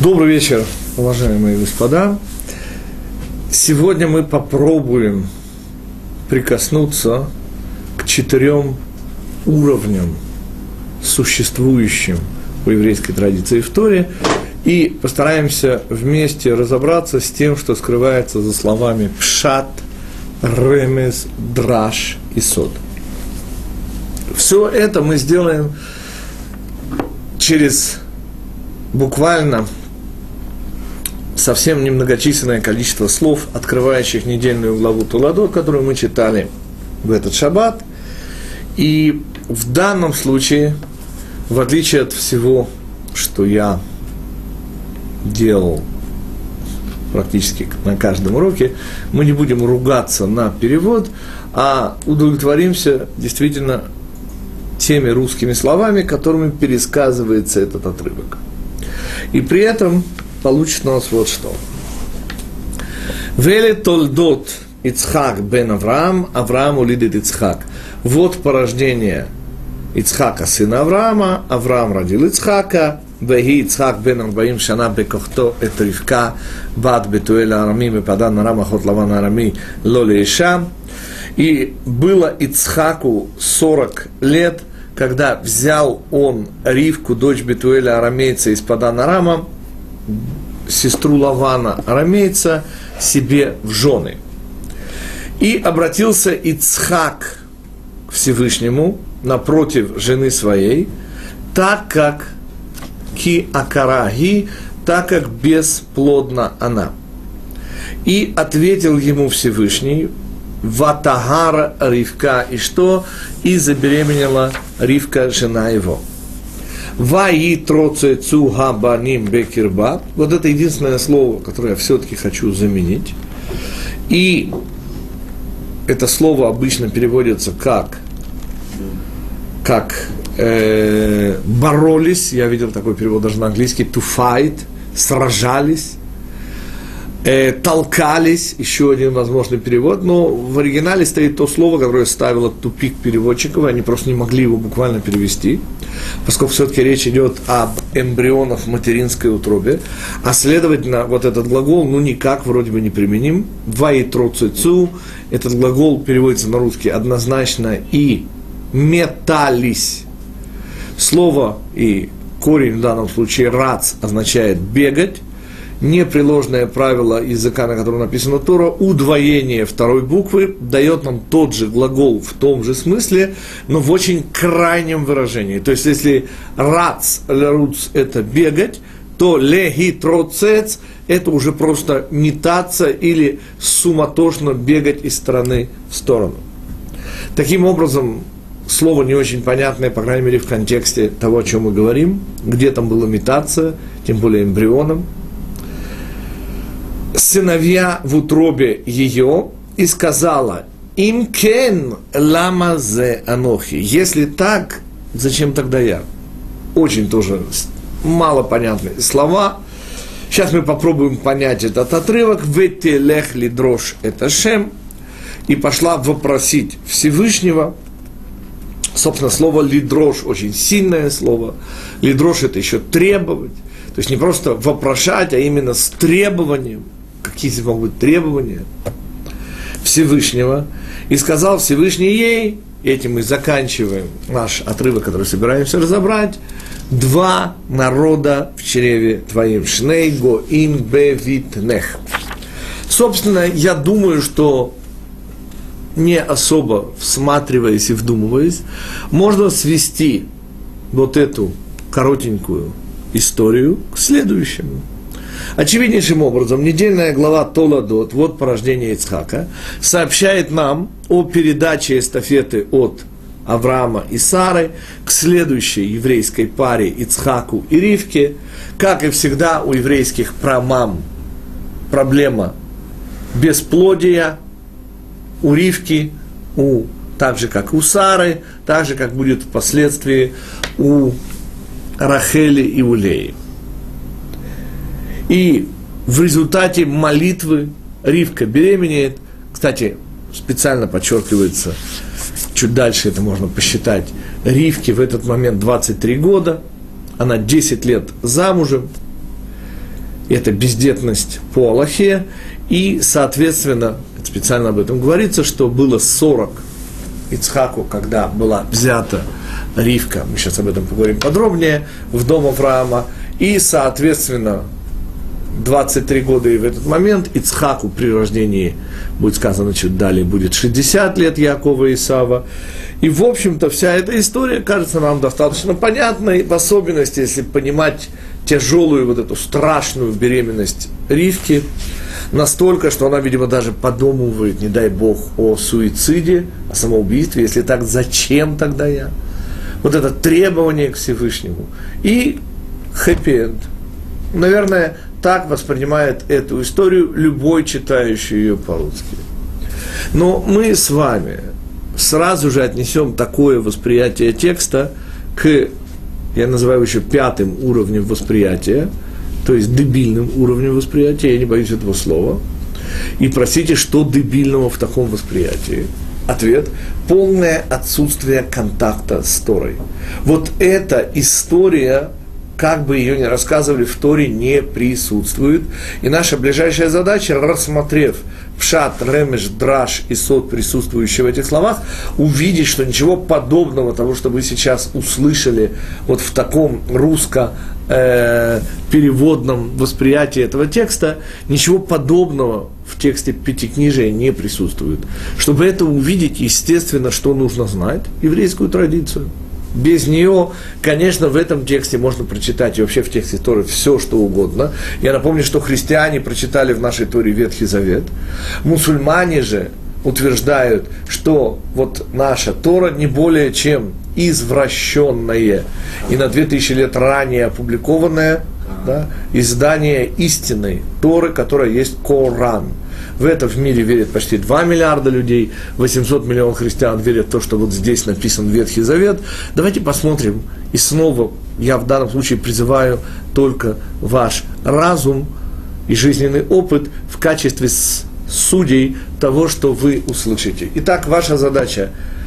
Добрый вечер, уважаемые господа. Сегодня мы попробуем прикоснуться к 4 уровням, существующим в еврейской традиции в Торе, и постараемся вместе разобраться с тем, что скрывается за словами пшат, ремез, драш и сод. Все это мы сделаем через буквально совсем немногочисленное количество слов, открывающих недельную главу Толадот, которую мы читали в этот шаббат. И в данном случае, в отличие от всего, что я делал практически на каждом уроке, мы не будем ругаться на перевод, а удовлетворимся действительно теми русскими словами, которыми пересказывается этот отрывок. И при этом получится у нас вот что. «Веле толдот Ицхак бен Авраам, Авраам улидит Ицхак». Вот порождение Ицхака, сына Авраама, Авраам родил Ицхака, «Веги Ицхак бен Арбаим шана бекохто эт Ривка, бат Бетуэля Арами, мепадан Арам ахот Лаван Арами, лоле Иша». И было Ицхаку 40 лет, когда взял он Ривку, дочь Бетуэля арамейца из Падан Арама, сестру Лавана арамейца, себе в жены. И обратился Ицхак к Всевышнему напротив жены своей, так как ки акараги, так как бесплодна она. И ответил ему Всевышний: «Ватагара Ривка», и что? И забеременела Ривка, жена его. «Ваи троцецу габаним бекирбат». Вот это единственное слово, которое я все-таки хочу заменить. И это слово обычно переводится как боролись, я видел такой перевод даже на английский, to fight, сражались. Толкались, еще один возможный перевод, но в оригинале стоит то слово, которое ставило тупик переводчиков, и они просто не могли его буквально перевести, поскольку все-таки речь идет об эмбрионах в материнской утробе, а следовательно, вот этот глагол, никак вроде бы не применим. «Ваитроцецу», этот глагол переводится на русский однозначно и «метались». Слово и корень в данном случае «рац» означает «бегать». Непреложное правило языка, на котором написано Тора, удвоение второй буквы дает нам тот же глагол в том же смысле, но в очень крайнем выражении. То есть, если рац, леруц – это бегать, то легитроцец – это уже просто метаться или суматошно бегать из стороны в сторону. Таким образом, слово не очень понятное, по крайней мере, в контексте того, о чем мы говорим, где там было метаться, тем более эмбрионом. Сыновья в утробе ее, и сказала: «Им кен лама зе анохи». Если так, зачем тогда я? Очень тоже малопонятные слова. Сейчас мы попробуем понять этот отрывок. «Ветелех лидрош это шем». И пошла вопросить Всевышнего. Собственно, слово «лидрош» очень сильное слово. «Лидрош» – это еще требовать. То есть не просто вопрошать, а именно с требованием. Какие здесь могут быть требования Всевышнего? И сказал Всевышний ей, этим мы заканчиваем наш отрывок, который собираемся разобрать: «Два народа в чреве твоим, шней гоим бевитнех». Собственно, я думаю, что не особо всматриваясь и вдумываясь, можно свести вот эту коротенькую историю к следующему. Очевиднейшим образом, недельная глава Толадот, вот порождение Ицхака, сообщает нам о передаче эстафеты от Авраама и Сары к следующей еврейской паре Ицхаку и Ривке. Как и всегда у еврейских прамам проблема бесплодия у Ривки, так же как у Сары, так же как будет впоследствии у Рахели и у Леи. И в результате молитвы Ривка беременеет. Кстати, специально подчеркивается, чуть дальше это можно посчитать, Ривке в этот момент 23 года, она 10 лет замужем, это бездетность по Аллахе, и, соответственно, специально об этом говорится, что было 40 Ицхаку, когда была взята Ривка, мы сейчас об этом поговорим подробнее, в дом Авраама, и, соответственно, 23 года и в этот момент Ицхаку при рождении, будет сказано чуть далее, будет 60 лет Якова и Исава. И, в общем-то, вся эта история кажется нам достаточно понятной, в особенности, если понимать тяжелую вот эту страшную беременность Ривки, настолько, что она, видимо, даже подумывает, не дай Бог, о суициде, о самоубийстве. Если так, зачем тогда я? Вот это требование к Всевышнему. И хэппи-энд. Наверное, так воспринимает эту историю любой читающий ее по-русски. Но мы с вами сразу же отнесем такое восприятие текста к, я называю еще 5-м уровнем восприятия, то есть дебильным уровнем восприятия, я не боюсь этого слова. И простите, что дебильного в таком восприятии? Ответ – полное отсутствие контакта с Торой. Вот эта история, как бы ее ни рассказывали, в Торе не присутствует. И наша ближайшая задача, рассмотрев пшат, ремеш, драш и сот, присутствующие в этих словах, увидеть, что ничего подобного того, что вы сейчас услышали вот в таком русско-переводном восприятии этого текста, ничего подобного в тексте Пятикнижия не присутствует. Чтобы это увидеть, естественно, что нужно знать? Еврейскую традицию. Без нее, конечно, в этом тексте можно прочитать, и вообще в тексте Торы все, что угодно. Я напомню, что христиане прочитали в нашей Торе Ветхий Завет. Мусульмане же утверждают, что вот наша Тора не более чем извращенное и на 2000 лет ранее опубликованное, да, издание истинной Торы, которая есть Коран. В это в мире верят почти 2 миллиарда людей, 800 миллионов христиан верят в то, что вот здесь написан Ветхий Завет. Давайте посмотрим, и снова я в данном случае призываю только ваш разум и жизненный опыт в качестве судей того, что вы услышите. Итак, ваша задача,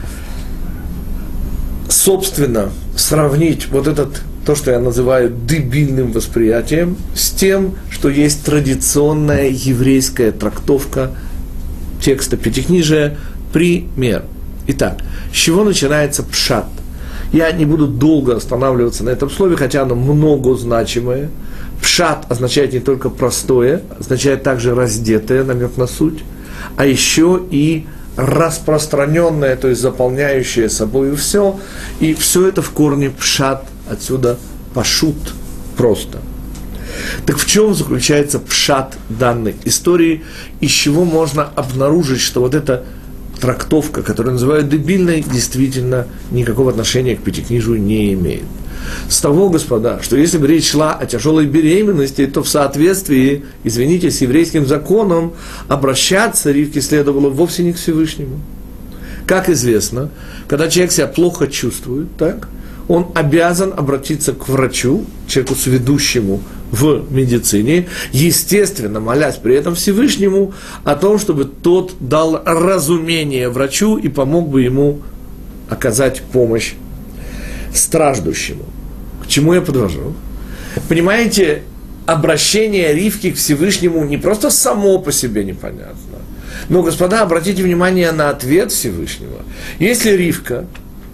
собственно, сравнить вот этот, то, что я называю дебильным восприятием, с тем, что есть традиционная еврейская трактовка текста Пятикнижия. Пример. Итак, с чего начинается пшат? Я не буду долго останавливаться на этом слове, хотя оно многозначимое. Пшат означает не только простое, означает также раздетое, намек на суть, а еще и распространенное, то есть заполняющее собой все, и все это в корне пшат, отсюда пашут, просто. Так в чем заключается пшат данной истории, из чего можно обнаружить, что вот эта трактовка, которую называют дебильной, действительно никакого отношения к Пятикнижию не имеет? С того, господа, что если бы речь шла о тяжелой беременности, то в соответствии, извините, с еврейским законом обращаться Ривке следовало вовсе не к Всевышнему. Как известно, когда человек себя плохо чувствует, так, он обязан обратиться к врачу, человеку сведущему в медицине, естественно, молясь при этом Всевышнему о том, чтобы тот дал разумение врачу и помог бы ему оказать помощь страждущему. К чему я подвожу? Понимаете, обращение Ривки к Всевышнему не просто само по себе непонятно. Но, господа, обратите внимание на ответ Всевышнего. Если Ривка,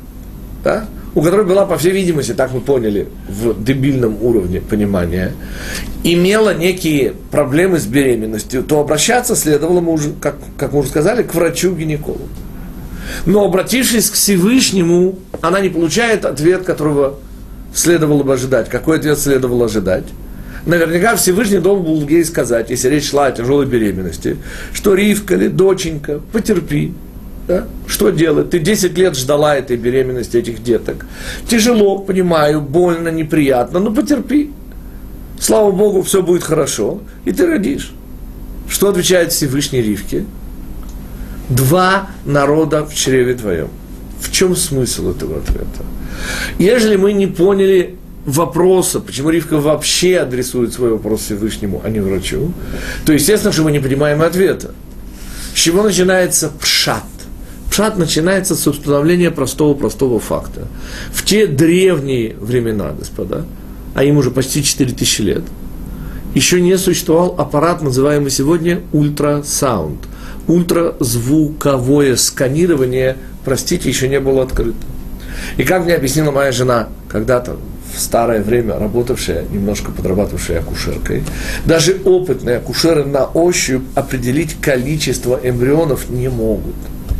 да, у которой была, по всей видимости, так мы поняли, в дебильном уровне понимания, имела некие проблемы с беременностью, то обращаться следовало, мы уже, как мы уже сказали, к врачу-гинекологу. Но, обратившись к Всевышнему, она не получает ответ, которого следовало бы ожидать. Какой ответ следовало ожидать? Наверняка Всевышний должен был ей сказать, если речь шла о тяжелой беременности, что Ривка или доченька, потерпи. Да? Что делать? Ты 10 лет ждала этой беременности, этих деток. Тяжело, понимаю, больно, неприятно, но потерпи. Слава Богу, все будет хорошо, и ты родишь. Что отвечает Всевышний Ривке? 2 народа в чреве твоем. В чем смысл этого ответа? Ежели мы не поняли вопроса, почему Ривка вообще адресует свой вопрос Всевышнему, а не врачу, то естественно, что мы не понимаем ответа. С чего начинается пшат? Пшат начинается с установления простого факта. В те древние времена, господа, а им уже почти 4000 лет, еще не существовал аппарат, называемый сегодня ультрасаунд. Ультразвуковое сканирование, простите, еще не было открыто. И как мне объяснила моя жена, когда-то в старое время работавшая, немножко подрабатывавшая акушеркой, даже опытные акушеры на ощупь определить количество эмбрионов не могут.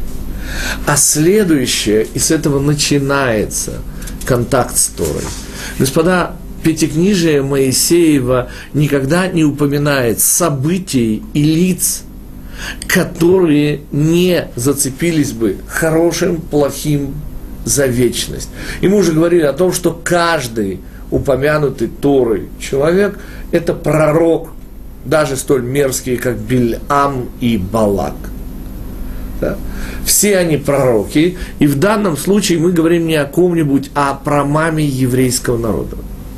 А следующее, и с этого начинается контакт с Торой. Господа, Пятикнижие Моисеева никогда не упоминает событий и лиц, которые не зацепились бы хорошим, плохим за вечность. И мы уже говорили о том, что каждый упомянутый Торой человек – это пророк, даже столь мерзкий, как Бильам и Балак. Да? Все они пророки, и в данном случае мы говорим не о ком-нибудь, а о прамаме еврейского народа.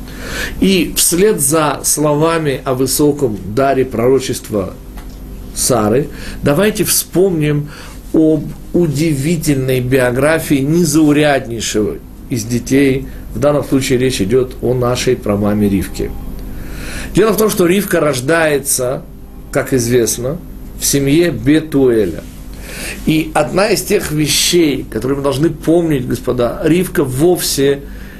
И вслед за словами о высоком даре пророчества Сары, давайте вспомним об удивительной биографии незауряднейшего из детей. В данном случае речь идет о нашей прамаме Ривке. Дело в том, что Ривка рождается, как известно, в семье Бетуэля. И одна из тех вещей, которые мы должны помнить, господа, Ривка вовсе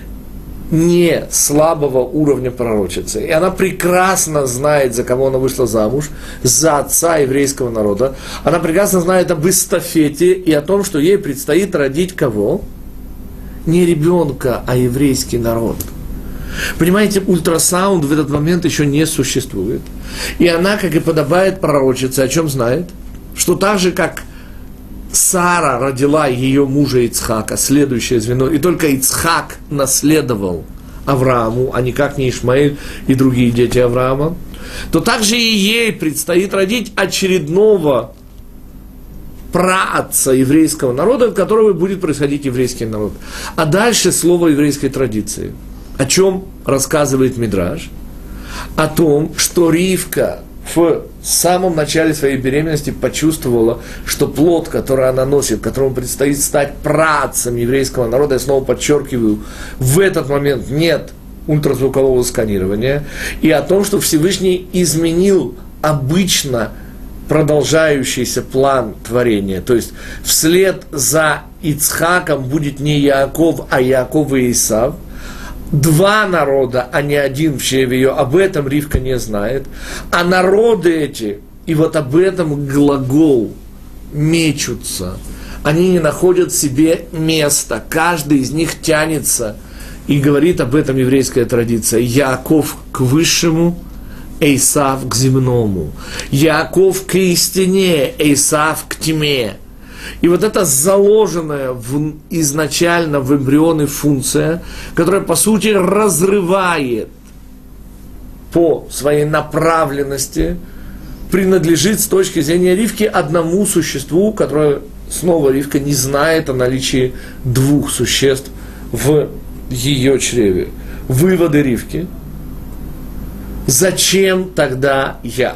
не слабого уровня пророчицы. И она прекрасно знает, за кого она вышла замуж, за отца еврейского народа. Она прекрасно знает об эстафете и о том, что ей предстоит родить кого? Не ребенка, а еврейский народ. Понимаете, ультрасаунд в этот момент еще не существует. И она, как и подобает пророчице, о чем знает? Что так же, как Сара родила ее мужа Ицхака, следующее звено, и только Ицхак наследовал Аврааму, а никак не Ишмаэль и другие дети Авраама, то также и ей предстоит родить очередного праотца еврейского народа, от которого будет происходить еврейский народ. А дальше слово еврейской традиции. О чем рассказывает Мидраш? О том, что Ривка в самом начале своей беременности почувствовала, что плод, который она носит, которому предстоит стать праотцем еврейского народа, я снова подчеркиваю, в этот момент нет ультразвукового сканирования, и о том, что Всевышний изменил обычно продолжающийся план творения. То есть вслед за Ицхаком будет не Яаков, а Яаков и Исав. Два народа, а не один в чреве ее, об этом Ривка не знает. А народы эти, и вот об этом глагол, мечутся. Они не находят себе места. Каждый из них тянется, и говорит об этом еврейская традиция. Яаков к высшему, Эйсав к земному. Яаков к истине, Эйсав к тьме. И вот эта заложенная изначально в эмбрионе функция, которая, по сути, разрывает по своей направленности, принадлежит с точки зрения Ривки одному существу, которое, снова Ривка не знает о наличии двух существ в ее чреве. Выводы Ривки. Зачем тогда я?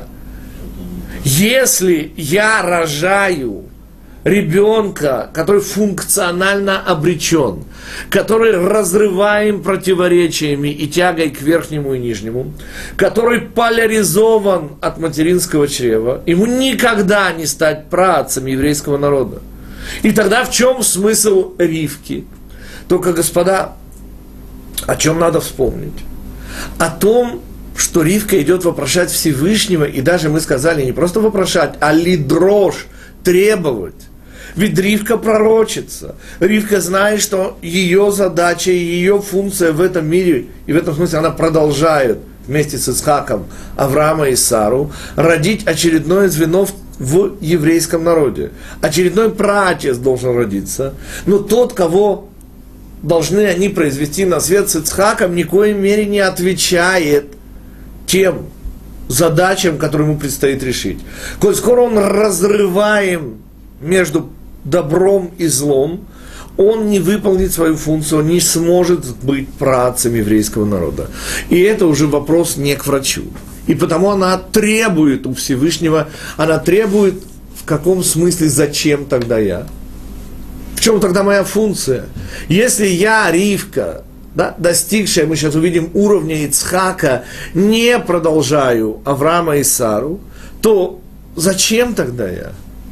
Если я рожаю ребенка, который функционально обречен, который разрываем противоречиями и тягой к верхнему и нижнему, который поляризован от материнского чрева, ему никогда не стать праотцем еврейского народа. И тогда в чем смысл Ривки? Только, господа, о чем надо вспомнить? О том, что Ривка идет вопрошать Всевышнего, и даже мы сказали не просто вопрошать, а лидрош, требовать. Ведь Ривка пророчица. Ривка знает, что ее задача и ее функция в этом мире, и в этом смысле она продолжает вместе с Ицхаком Авраама и Сару родить очередное звено в еврейском народе. Очередной праотец должен родиться. Но тот, кого должны они произвести на свет с Ицхаком, ни в коей мере не отвечает тем задачам, которые ему предстоит решить. Коль скоро он разрываем между добром и злом, он не выполнит свою функцию, он не сможет быть праотцем еврейского народа. И это уже вопрос не к врачу. И потому она требует у Всевышнего, она требует в каком смысле, зачем тогда я? В чем тогда моя функция? Если я, Ривка, да, достигшая, мы сейчас увидим, уровня Ицхака, не продолжаю Авраама и Сару, то зачем тогда я?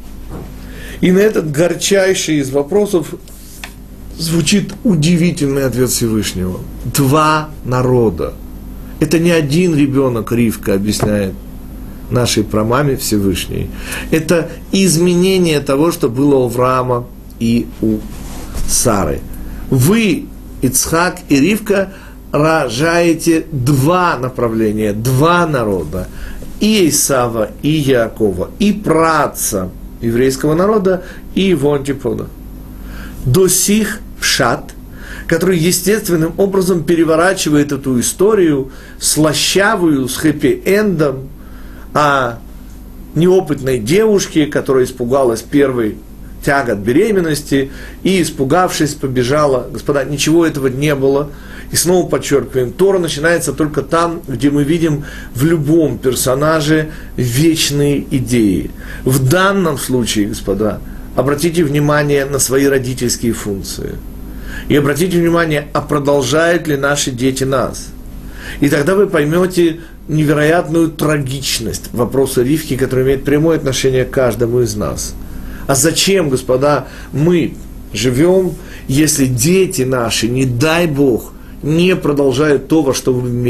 И на этот горчайший из вопросов звучит удивительный ответ Всевышнего. 2 народа. Это не один ребенок, Ривка объясняет нашей прамаме Всевышней. Это изменение того, что было у Авраама и у Сары. Вы, Ицхак и Ривка, рожаете 2 направления, 2 народа. И Исава, и Яакова, и праотца еврейского народа, и его антипода. До сих пшат, который естественным образом переворачивает эту историю, слащавую, с хэппи-эндом, о неопытной девушке, которая испугалась первой тягот беременности и, испугавшись, побежала. Господа, ничего этого не было. И снова подчеркиваем, Тора начинается только там, где мы видим в любом персонаже вечные идеи. В данном случае, господа, обратите внимание на свои родительские функции. И обратите внимание, а продолжают ли наши дети нас. И тогда вы поймете невероятную трагичность вопроса Ривки, который имеет прямое отношение к каждому из нас. А зачем, господа, мы живем, если дети наши, не дай Бог, не продолжают то, во что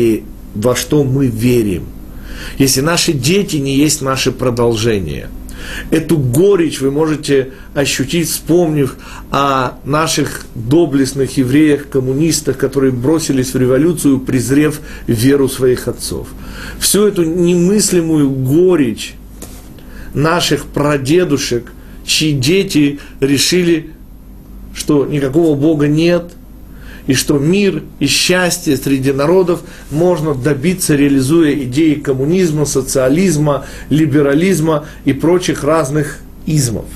мы верим? Если наши дети не есть наше продолжение. Эту горечь вы можете ощутить, вспомнив о наших доблестных евреях, коммунистах, которые бросились в революцию, презрев веру своих отцов. Всю эту немыслимую горечь наших прадедушек, чьи дети решили, что никакого Бога нет, и что мир и счастье среди народов можно добиться, реализуя идеи коммунизма, социализма, либерализма и прочих разных измов.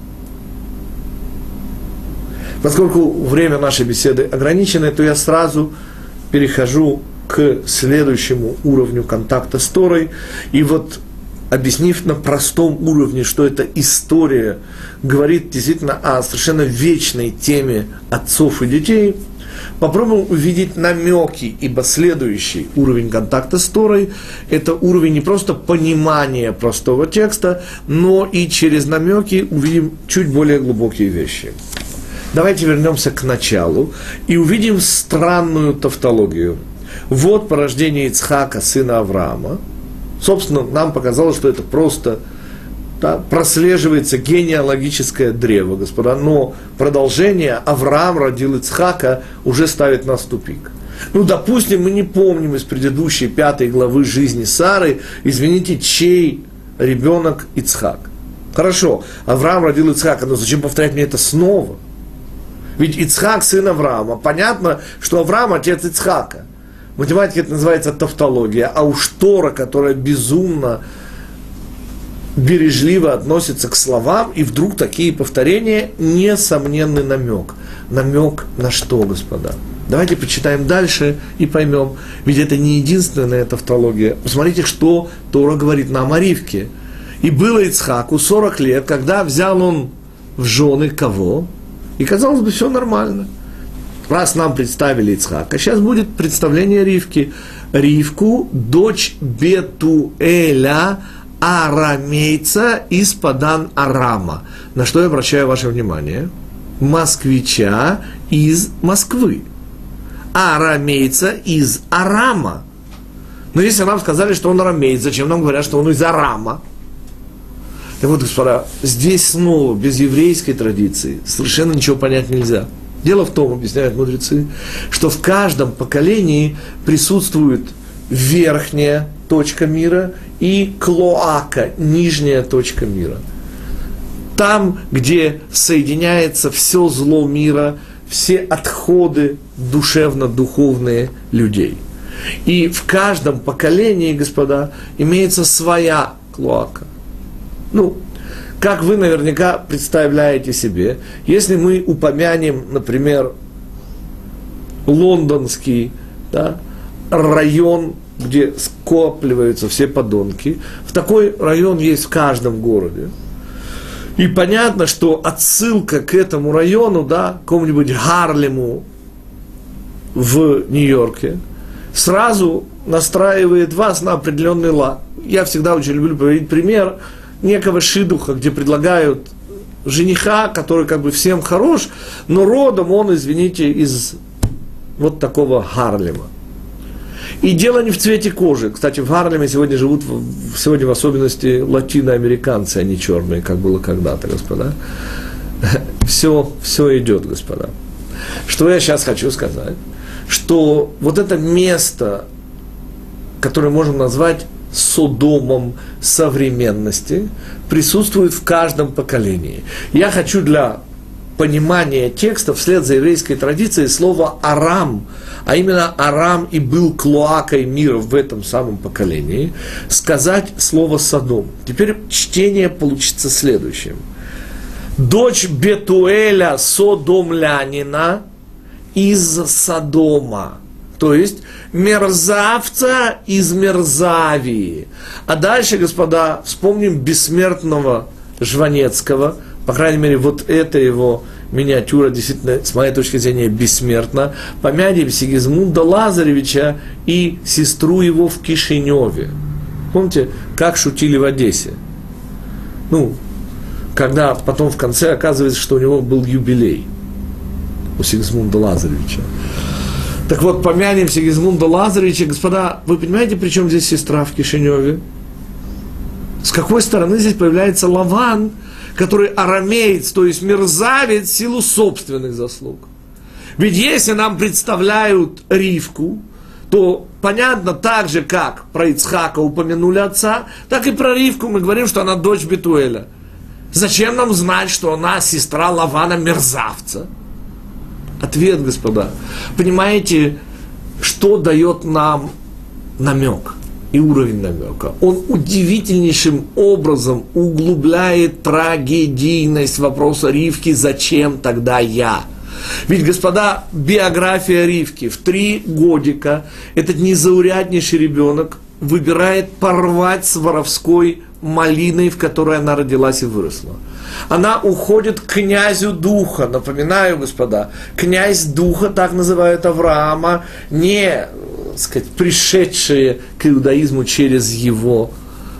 Поскольку время нашей беседы ограничено, то я сразу перехожу к следующему уровню контакта с Торой. И вот, объяснив на простом уровне, что эта история говорит действительно о совершенно вечной теме отцов и детей, попробуем увидеть намеки, ибо следующий уровень контакта с Торой – это уровень не просто понимания простого текста, но и через намеки увидим чуть более глубокие вещи. Давайте вернемся к началу и увидим странную тавтологию. Вот порождение Ицхака, сына Авраама. Собственно, нам показалось, что это просто прослеживается генеалогическое древо, господа, но продолжение «Авраам родил Ицхака» уже ставит нас в тупик. Допустим, мы не помним из предыдущей 5 главы жизни Сары, извините, чей ребенок Ицхак. Хорошо, Авраам родил Ицхака, но зачем повторять мне это снова? Ведь Ицхак сын Авраама, понятно, что Авраам отец Ицхака. В математике это называется тавтология, а уж Тора, которая безумно бережливо относится к словам, и вдруг такие повторения – несомненный намек. Намек на что, господа? Давайте почитаем дальше и поймем. Ведь это не единственная тавтология. Посмотрите, что Тора говорит нам о Ривке. «И было Ицхаку 40 лет, когда взял он в жены кого?» И, казалось бы, все нормально. Раз нам представили Ицхака, сейчас будет представление Ривки. Ривку, дочь Бетуэля, арамейца из Падан Арама. На что я обращаю ваше внимание? Москвича из Москвы. Арамейца из Арама. Но если нам сказали, что он арамеец, зачем нам говорят, что он из Арама? Так вот, господа, здесь снова, без еврейской традиции, совершенно ничего понять нельзя. Дело в том, объясняют мудрецы, что в каждом поколении присутствует верхняя точка мира и клоака, нижняя точка мира. Там, где соединяется все зло мира, все отходы душевно-духовные людей. И в каждом поколении, господа, имеется своя клоака. Как вы наверняка представляете себе, если мы упомянем, например, лондонский район, где скапливаются все подонки, в такой район есть в каждом городе. И понятно, что отсылка к этому району, какому-нибудь Гарлему, в Нью-Йорке, сразу настраивает вас на определенный лад. Я всегда очень люблю приводить пример некого шидуха, где предлагают жениха, который как бы всем хорош, но родом он, извините, из вот такого Гарлема. И дело не в цвете кожи. Кстати, в Гарлеме сегодня живут, сегодня в особенности латиноамериканцы, а не черные, как было когда-то, господа. Все идет, господа. Что я сейчас хочу сказать? Что вот это место, которое можем назвать Содомом современности, присутствует в каждом поколении. Я хочу для понимания текста вслед за еврейской традицией слово «Арам», а именно Арам и был клоакой мира в этом самом поколении, сказать слово «Содом». Теперь чтение получится следующим. Дочь Бетуэля Содомлянина из Содома, то есть мерзавца из Мерзавии. А дальше, господа, вспомним бессмертного Жванецкого, по крайней мере, вот эта его миниатюра действительно, с моей точки зрения, бессмертна. Помянем Сигизмунда Лазаревича и сестру его в Кишиневе. Помните, как шутили в Одессе? Когда потом в конце оказывается, что у него был юбилей у Сигизмунда Лазаревича. Так вот, помянем Сигизмунда Лазаревича. Господа, вы понимаете, при чем здесь сестра в Кишиневе? С какой стороны здесь появляется Лаван, который арамеец, то есть мерзавец в силу собственных заслуг? Ведь если нам представляют Ривку, то понятно, так же, как про Ицхака упомянули отца, так и про Ривку мы говорим, что она дочь Бетуэля. Зачем нам знать, что она сестра Лавана мерзавца? Ответ, господа. Понимаете, что дает нам намек и уровень намека? Он удивительнейшим образом углубляет трагедийность вопроса Ривки «Зачем тогда я?». Ведь, господа, биография Ривки в 3 годика этот незауряднейший ребенок выбирает порвать с воровской малиной, в которой она родилась и выросла. Она уходит к князю Духа. Напоминаю, господа, князь Духа, так называют Авраама, не, так сказать, пришедшие к иудаизму через его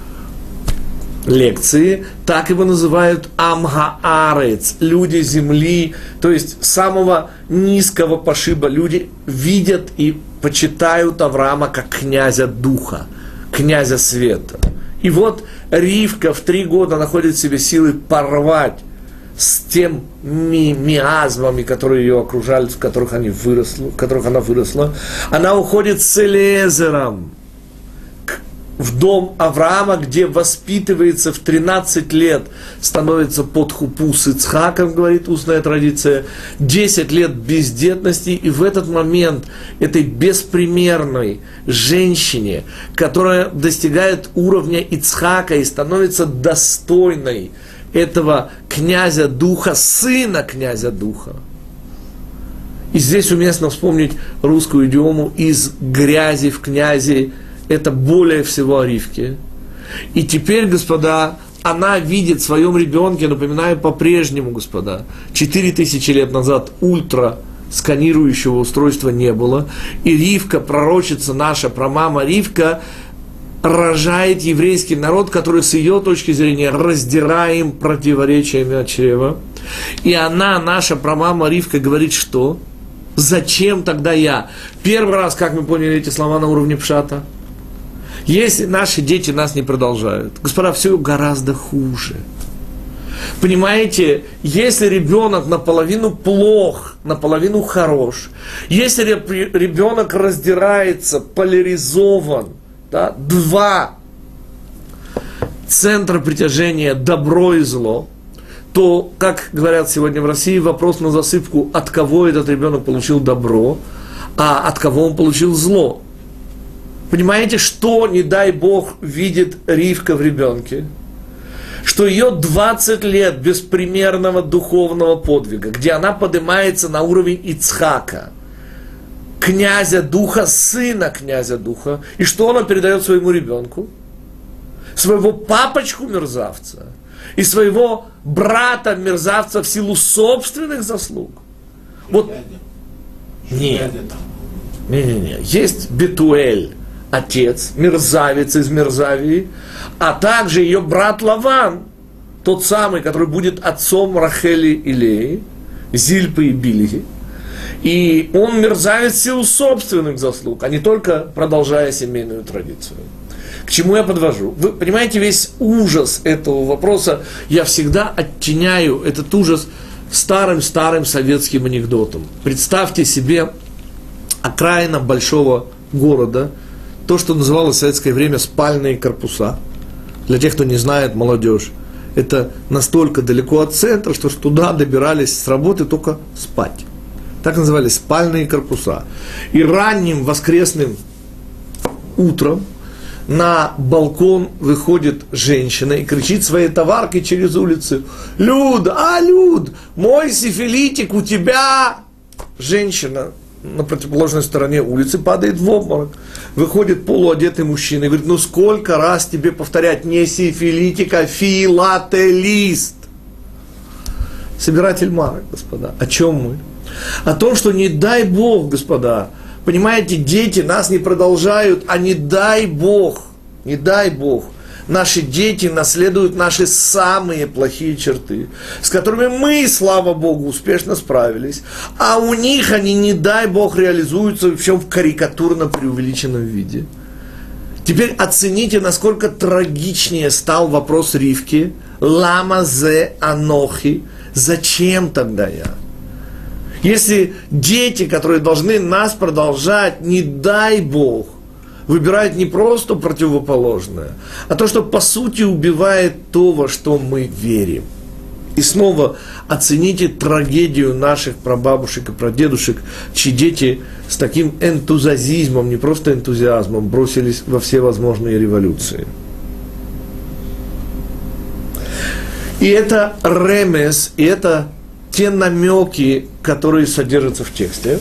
лекции, так его называют Амгаарец, люди земли, то есть самого низкого пошиба. Люди видят и почитают Авраама как князя Духа, князя света. И вот Ривка в 3 года находит в себе силы порвать с тем миазмами, которые ее окружали, в которых она выросла. Она уходит с Элиезером в дом Авраама, где воспитывается в 13 лет, становится под хупу с Ицхаком, говорит устная традиция, 10 лет бездетности, и в этот момент этой беспримерной женщине, которая достигает уровня Ицхака и становится достойной этого князя Духа, сына князя Духа. И здесь уместно вспомнить русскую идиому «из грязи в князи». Это более всего о Ривке. И теперь, господа, она видит в своем ребенке, напоминаю, по-прежнему, господа, 4000 лет назад ультрасканирующего устройства не было. И Ривка, пророчица наша, прамама Ривка, рожает еврейский народ, который с ее точки зрения раздираем противоречиями от чрева. И она, наша прамама Ривка, говорит, что? Зачем тогда я? Первый раз, как мы поняли эти слова на уровне пшата, если наши дети нас не продолжают, господа, все гораздо хуже. Понимаете, если ребенок наполовину плох, наполовину хорош, если ребенок раздирается, поляризован, да, 2 центра притяжения, добро и зло, то, как говорят сегодня в России, вопрос на засыпку, от кого этот ребенок получил добро, а от кого он получил зло. Понимаете, что, не дай Бог, видит Ривка в ребенке? Что ее 20 лет беспримерного духовного подвига, где она поднимается на уровень Ицхака, князя Духа, сына князя Духа, и что она передает своему ребенку? Своего папочку-мерзавца и своего брата-мерзавца в силу собственных заслуг. Вот. Нет. Не-не-не. Есть Бетуэль, отец, мерзавец из Мерзавии, а также ее брат Лаван, тот самый, который будет отцом Рахели и Леи, Зильпы и Бильги. И он мерзавец в силу собственных заслуг, а не только продолжая семейную традицию. К чему я подвожу? Вы понимаете весь ужас этого вопроса? Я всегда оттеняю этот ужас старым-старым советским анекдотом. Представьте себе окраина большого города, то, что называлось в советское время спальные корпуса. Для тех, кто не знает, молодежь, это настолько далеко от центра, что туда добирались с работы только спать. Так назывались спальные корпуса. И ранним воскресным утром на балкон выходит женщина и кричит своей товарке через улицу: «Люд, Люд, мой сифилитик у тебя!» Женщина на противоположной стороне улицы падает в обморок. Выходит полуодетый мужчина и говорит: «Ну сколько раз тебе повторять, не сифилитик, а филателист!» Собиратель марок, господа. О чем мы? О том, что не дай Бог, господа, понимаете, дети нас не продолжают, а не дай Бог, наши дети наследуют наши самые плохие черты, с которыми мы, слава Богу, успешно справились, а у них они, не дай Бог, реализуются причем в карикатурно преувеличенном виде. Теперь оцените, насколько трагичнее стал вопрос Ривки. Лама зе анохи. Зачем тогда я? Если дети, которые должны нас продолжать, не дай Бог, выбирают не просто противоположное, а то, что по сути убивает то, во что мы верим. И снова оцените трагедию наших прабабушек и прадедушек, чьи дети с таким энтузиазмом, не просто энтузиазмом, бросились во все возможные революции. И это ремес, и это те намеки, которые содержатся в тексте,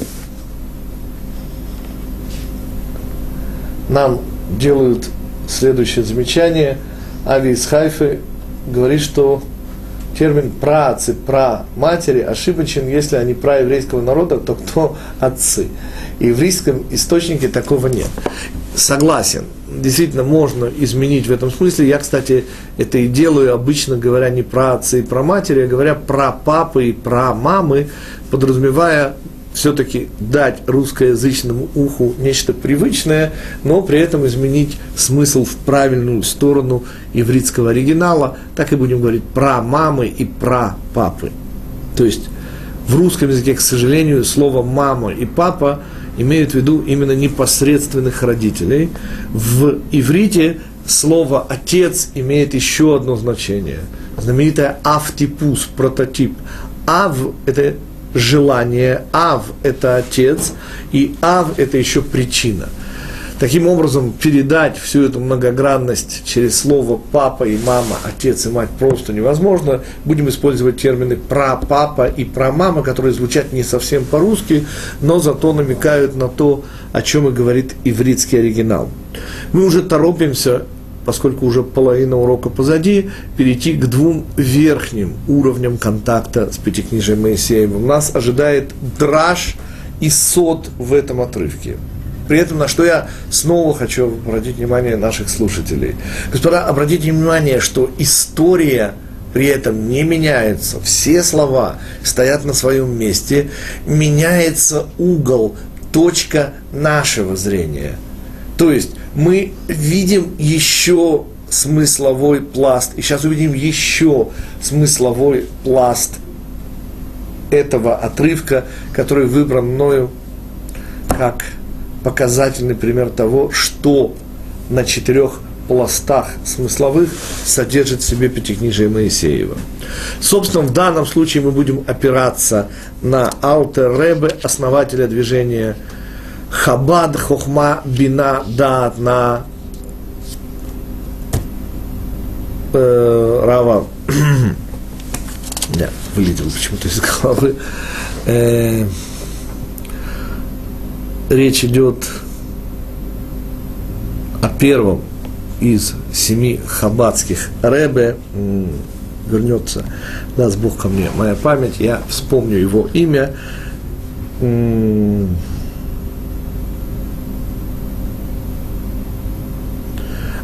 нам делают следующее замечание. Ави из Хайфы говорит, что термин праотцы, праматери ошибочен, если они праеврейского народа, то кто отцы? И в еврейском источнике такого нет. Согласен, действительно можно изменить в этом смысле. Я, кстати, это и делаю, обычно говоря не про отцы и про матери, а говоря про папы и про мамы, подразумевая все-таки дать русскоязычному уху нечто привычное, но при этом изменить смысл в правильную сторону ивритского оригинала. Так и будем говорить про мамы и про папы. То есть в русском языке, к сожалению, слово «мама» и «папа» имеют в виду именно непосредственных родителей. В иврите слово «отец» имеет еще одно значение. Знаменитое «автипус», прототип. «Ав» – это желание, «ав» – это отец, и «ав» – это еще причина. Таким образом, передать всю эту многогранность через слово «папа» и «мама», «отец» и «мать» просто невозможно. Будем использовать термины «прапапа» и «прамама», которые звучат не совсем по-русски, но зато намекают на то, о чем и говорит ивритский оригинал. Мы уже торопимся, поскольку уже половина урока позади, перейти к двум верхним уровням контакта с Пятикнижием Моисеевым. Нас ожидает драш и сод в этом отрывке. При этом, на что я снова хочу обратить внимание наших слушателей. Господа, обратите внимание, что история при этом не меняется. Все слова стоят на своем месте. Меняется угол, точка нашего зрения. То есть мы видим еще смысловой пласт. И сейчас увидим еще смысловой пласт этого отрывка, который выбран мною как показательный пример того, что на 4 пластах смысловых содержит в себе Пятикнижие Моисеева. Собственно, в данном случае мы будем опираться на Алтер Ребе, основателя движения Хабад, Хохма, Бина, Даат, на Рава. Да, вылетел почему-то из головы. Речь идет о первом из 7 хаббатских ребе. Вернется, даст Бог ко мне моя память, я вспомню его имя.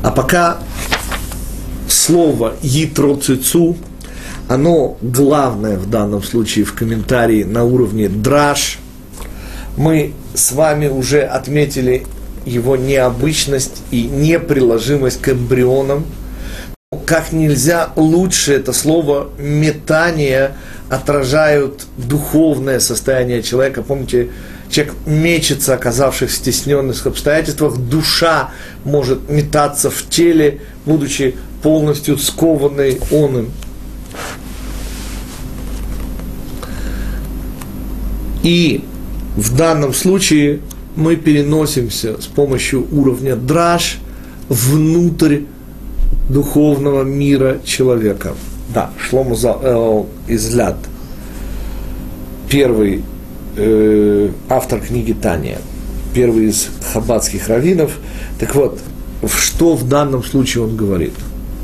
А пока слово «йитроцицу», оно главное в данном случае в комментарии на уровне драш. Мы с вами уже отметили его необычность и неприложимость к эмбрионам. Как нельзя лучше это слово «метание» отражают духовное состояние человека. Помните, человек мечется, оказавшись в стесненных обстоятельствах, душа может метаться в теле, будучи полностью скованной оным. И в данном случае мы переносимся с помощью уровня драш внутрь духовного мира человека. Да, Шломо Изляд, первый автор книги Тания, первый из хаббатских раввинов. Так вот, что в данном случае он говорит?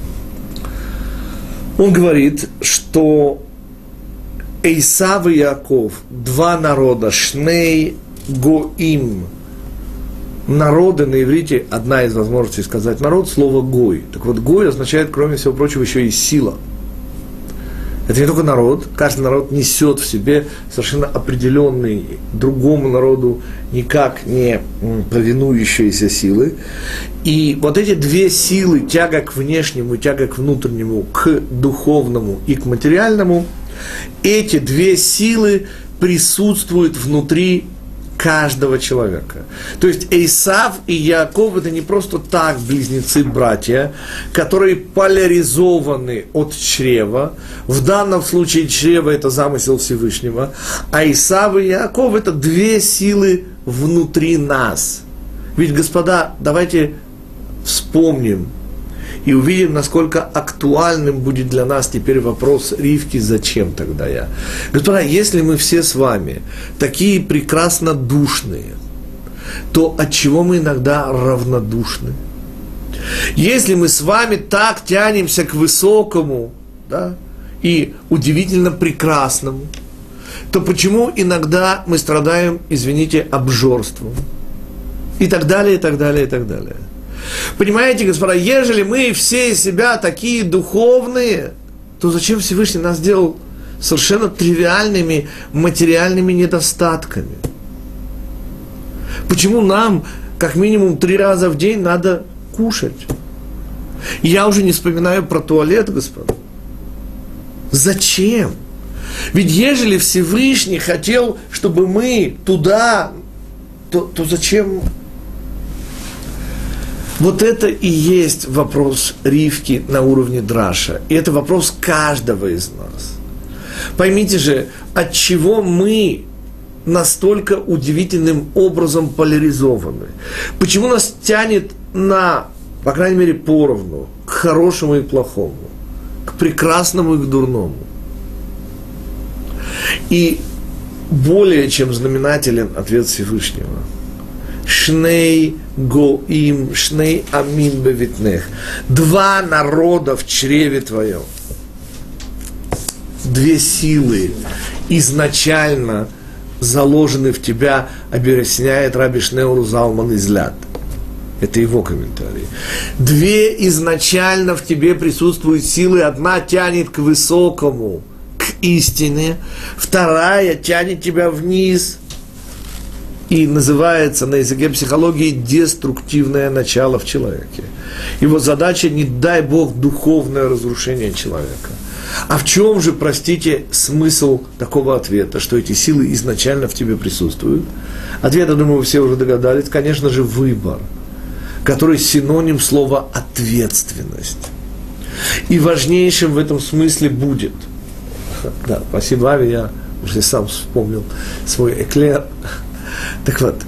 Он говорит, что Эйсав и Яаков, два народа, Шней Гоим, народы на иврите, одна из возможностей сказать народ, слово Гой. Так вот, Гой означает, кроме всего прочего, еще и сила. Это не только народ, каждый народ несет в себе совершенно определенные другому народу никак не повинующиеся силы. И вот эти две силы, тяга к внешнему и тяга к внутреннему, к духовному и к материальному, эти две силы присутствуют внутри каждого человека. То есть Эйсав и Яаков – это не просто так близнецы-братья, которые поляризованы от чрева. В данном случае чрево – это замысел Всевышнего, а Эйсав и Яаков – это две силы внутри нас. Ведь, господа, давайте вспомним и увидим, насколько актуальным будет для нас теперь вопрос Ривки «Зачем тогда я?». Господа, если мы все с вами такие прекрасно душные, то отчего мы иногда равнодушны? Если мы с вами так тянемся к высокому, да, и удивительно прекрасному, то почему иногда мы страдаем, извините, обжорством? И так далее, и так далее, и так далее. Понимаете, господа, ежели мы все из себя такие духовные, то зачем Всевышний нас сделал совершенно тривиальными материальными недостатками? Почему нам как минимум 3 раза в день надо кушать? И я уже не вспоминаю про туалет, господа. Зачем? Ведь ежели Всевышний хотел, чтобы мы туда, то зачем? Вот это и есть вопрос Ривки на уровне драша. И это вопрос каждого из нас. Поймите же, от чего мы настолько удивительным образом поляризованы? Почему нас тянет на, по крайней мере, поровну, к хорошему и плохому, к прекрасному и к дурному? И более чем знаменателен ответ Всевышнего. Шней гоим, шней амим бевитнех. 2 народа в чреве твоем. 2 силы изначально заложены в тебя, объясняет Раби Шнеур Залман Изляд. Это его комментарий. 2 изначально в тебе присутствуют силы. Одна тянет к высокому, к истине. Вторая тянет тебя вниз. И называется на языке психологии деструктивное начало в человеке. Его задача, не дай Бог, духовное разрушение человека. А в чем же, простите, смысл такого ответа, что эти силы изначально в тебе присутствуют? Ответ, я думаю, вы все уже догадались, конечно же, выбор, который синоним слова «ответственность». И важнейшим в этом смысле будет. Да, спасибо, Ави, я уже сам вспомнил свой эклер. Так вот,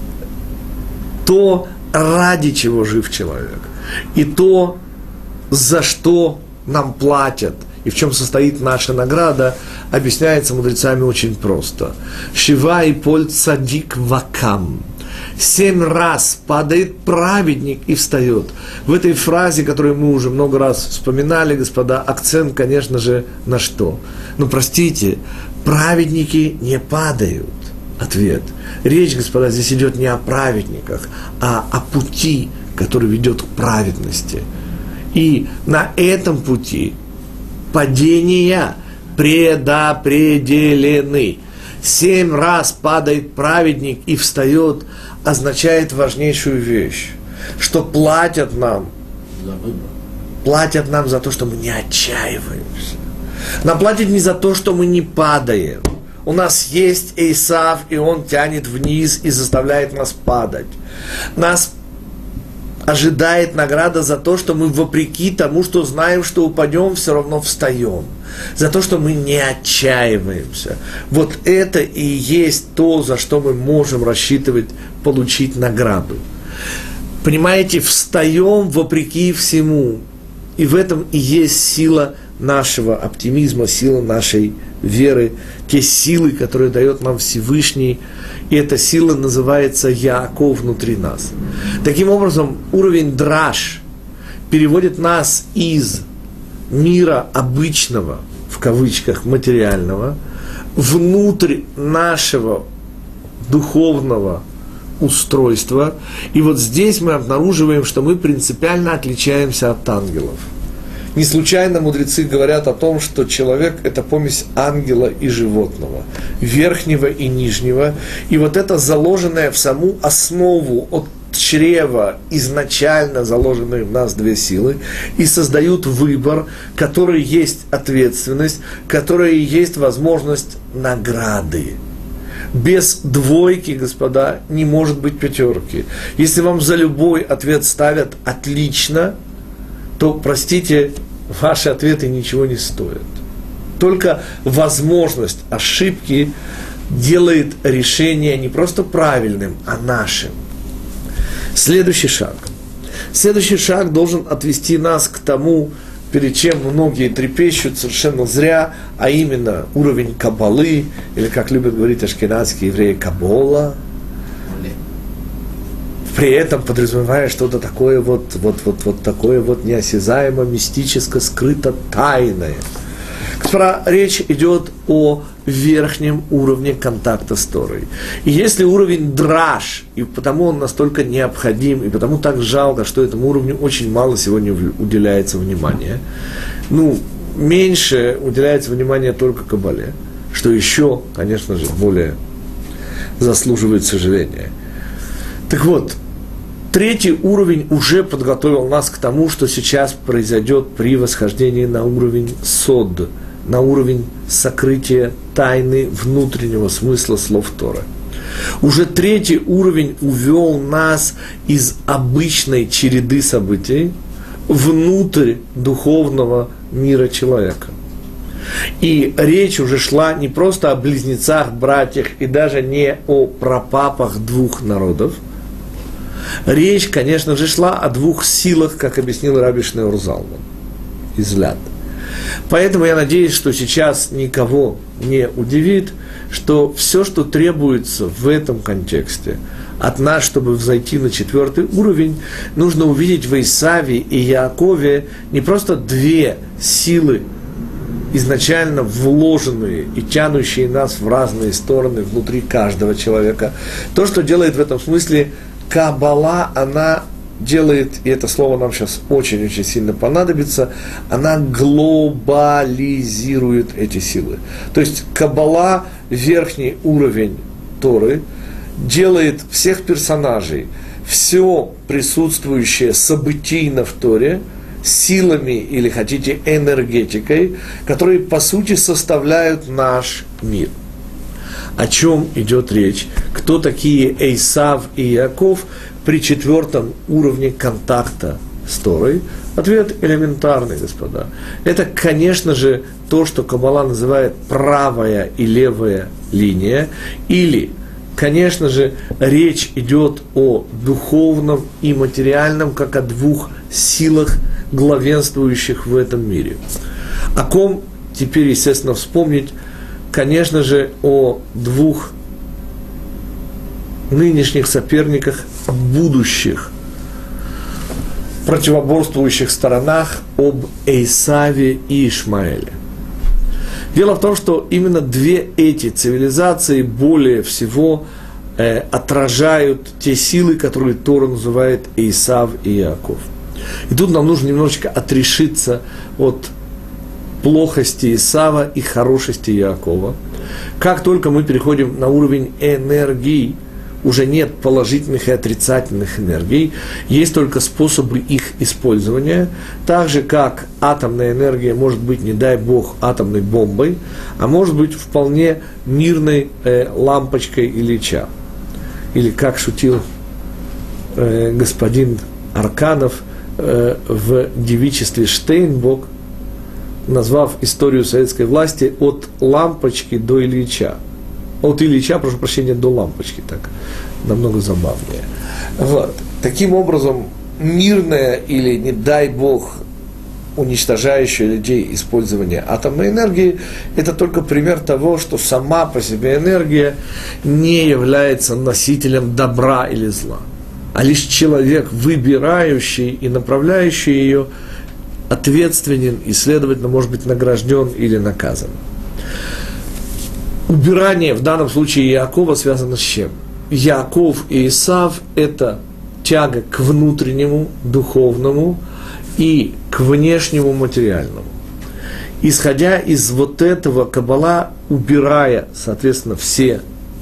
то, ради чего жив человек, и то, за что нам платят, и в чем состоит наша награда, объясняется мудрецами очень просто. Шива и поль цадик вакам. 7 раз падает праведник и встает. В этой фразе, которую мы уже много раз вспоминали, господа, акцент, конечно же, на что? Ну, простите, праведники не падают. Ответ. Речь, господа, здесь идет не о праведниках, а о пути, который ведет к праведности. И на этом пути падения предопределены. 7 раз падает праведник и встает, означает важнейшую вещь, что платят нам за то, что мы не отчаиваемся. Нам платят не за то, что мы не падаем. У нас есть Эйсав, и он тянет вниз и заставляет нас падать. Нас ожидает награда за то, что мы вопреки тому, что знаем, что упадем, все равно встаем. За то, что мы не отчаиваемся. Вот это и есть то, за что мы можем рассчитывать получить награду. Понимаете, встаем вопреки всему. И в этом и есть сила нашего оптимизма, сила нашей веры, те силы, которые дает нам Всевышний. И эта сила называется Яаков внутри нас. Таким образом, уровень драж переводит нас из мира обычного, в кавычках, материального, внутрь нашего духовного устройства. И вот здесь мы обнаруживаем, что мы принципиально отличаемся от ангелов. Не случайно мудрецы говорят о том, что человек – это помесь ангела и животного, верхнего и нижнего. И вот это заложенное в саму основу от чрева, изначально заложенные в нас 2 силы, и создают выбор, который есть ответственность, который есть возможность награды. Без 2, господа, не может быть 5. Если вам за любой ответ ставят «отлично», то, простите, ваши ответы ничего не стоят. Только возможность ошибки делает решение не просто правильным, а нашим. Следующий шаг. Следующий шаг должен отвести нас к тому, перед чем многие трепещут совершенно зря, а именно уровень каббалы, или, как любят говорить ашкеназские евреи, кабола. При этом подразумевая что-то такое такое неосязаемо, мистическое, скрыто, тайное. Речь идет о верхнем уровне контакта с Торой. И если уровень драж, и потому он настолько необходим, и потому так жалко, что этому уровню очень мало сегодня уделяется внимания, меньше уделяется внимания только кабале, что еще, конечно же, более заслуживает сожаления. Так вот, 3 уровень уже подготовил нас к тому, что сейчас произойдет при восхождении на уровень сод, на уровень сокрытия тайны внутреннего смысла слов Торы. Уже 3 уровень увел нас из обычной череды событий внутрь духовного мира человека. И речь уже шла не просто о близнецах, братьях и даже не о прапапах 2 народов. Речь, конечно же, шла о 2 силах, как объяснил Раби Шнеур Залман из Ляд. Поэтому я надеюсь, что сейчас никого не удивит, что все, что требуется в этом контексте от нас, чтобы взойти на 4 уровень, нужно увидеть в Исаве и Яакове не просто 2 силы, изначально вложенные и тянущие нас в разные стороны внутри каждого человека. То, что делает в этом смысле Каббала, она делает, и это слово нам сейчас очень-очень сильно понадобится, она глобализирует эти силы. То есть Каббала, верхний уровень Торы, делает всех персонажей, все присутствующее событийно в Торе, силами, или хотите, энергетикой, которые, по сути, составляют наш мир. О чем идет речь? Кто такие Эйсав и Яаков при 4 уровне контакта с Торой? Ответ элементарный, господа. Это, конечно же, то, что Каббала называет правая и левая линия, или, конечно же, речь идет о духовном и материальном, как о 2 силах, главенствующих в этом мире. О ком теперь, естественно, вспомнить? Конечно же, о 2 нынешних соперниках, будущих, противоборствующих сторонах, об Эйсаве и Ишмаэле. Дело в том, что именно 2 эти цивилизации более всего отражают те силы, которые Тора называет Исав и Иаков. И тут нам нужно немножечко отрешиться от плохости Исава и хорошести Иакова. Как только мы переходим на уровень энергии, уже нет положительных и отрицательных энергий, есть только способы их использования, так же как атомная энергия может быть, не дай бог, атомной бомбой, а может быть вполне мирной лампочкой Ильича. Или как шутил господин Арканов в девичестве Штейнбок, назвав историю советской власти от лампочки до Ильича. От Ильича, прошу прощения, до лампочки, так намного забавнее. Вот. Таким образом, мирное или, не дай бог, уничтожающее людей использование атомной энергии, это только пример того, что сама по себе энергия не является носителем добра или зла, а лишь человек, выбирающий и направляющий ее, ответственен и, следовательно, может быть награжден или наказан. Убирание в данном случае Иакова связано с чем? Иаков и Исав – это тяга к внутреннему, духовному и к внешнему, материальному. Исходя из вот этого, Каббала, убирая, соответственно, все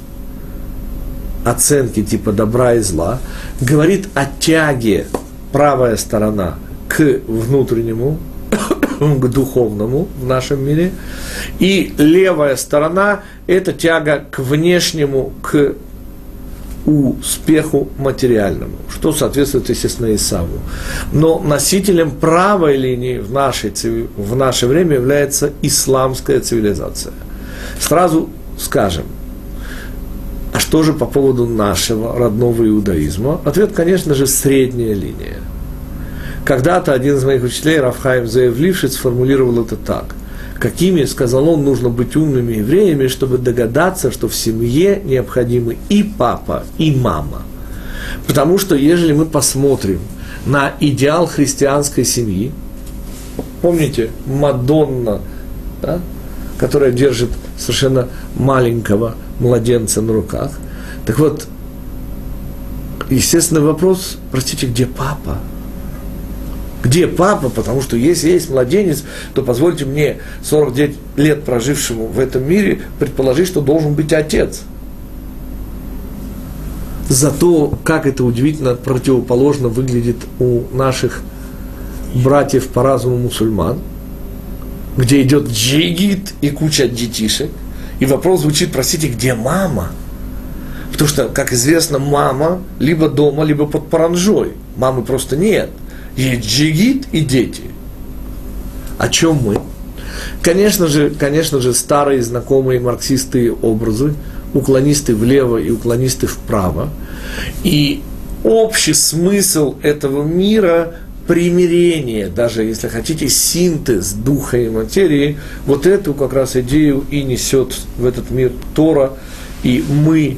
оценки типа добра и зла, говорит о тяге, правая сторона, к внутреннему, к духовному в нашем мире, и левая сторона – это тяга к внешнему, к успеху материальному, что соответствует, естественно, Исаву. Но носителем правой линии в наше время является исламская цивилизация. Сразу скажем, а что же по поводу нашего родного иудаизма? Ответ, конечно же, средняя линия. Когда-то один из моих учителей, Рав Хаим Зеев Лившиц, сформулировал это так. Какими, сказал он, нужно быть умными евреями, чтобы догадаться, что в семье необходимы и папа, и мама. Потому что, ежели мы посмотрим на идеал христианской семьи, помните, Мадонна, да, которая держит совершенно маленького младенца на руках, так вот, естественный вопрос, простите, где папа? Где папа? Потому что если есть младенец, то позвольте мне, 49 лет прожившему в этом мире, предположить, что должен быть отец. Зато, как это удивительно противоположно выглядит у наших братьев по разуму мусульман, где идет джигит и куча детишек, и вопрос звучит, простите, где мама? Потому что, как известно, мама либо дома, либо под паранжой. Мамы просто нет. Есть джигит и дети. О чем мы? Конечно же, старые знакомые марксистские образы, уклонисты влево и уклонисты вправо. И общий смысл этого мира – примирение, даже если хотите, синтез духа и материи, вот эту как раз идею и несет в этот мир Тора, и мы,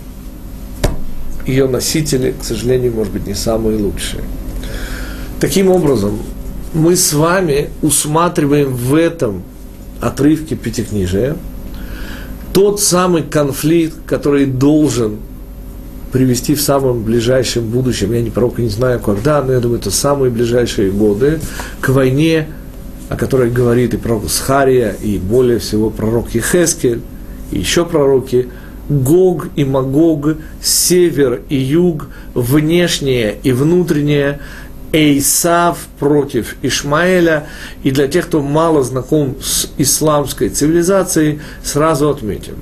ее носители, к сожалению, может быть, не самые лучшие. Таким образом, мы с вами усматриваем в этом отрывке Пятикнижия тот самый конфликт, который должен привести в самом ближайшем будущем, я не пророк и не знаю когда, но я думаю, это самые ближайшие годы, к войне, о которой говорит и пророк Схария, и более всего пророк Ехескель, и еще пророки, Гог и Магог, север и юг, внешнее и внутреннее, Эйсав против Ишмаэля. И для тех, кто мало знаком с исламской цивилизацией, сразу отметим.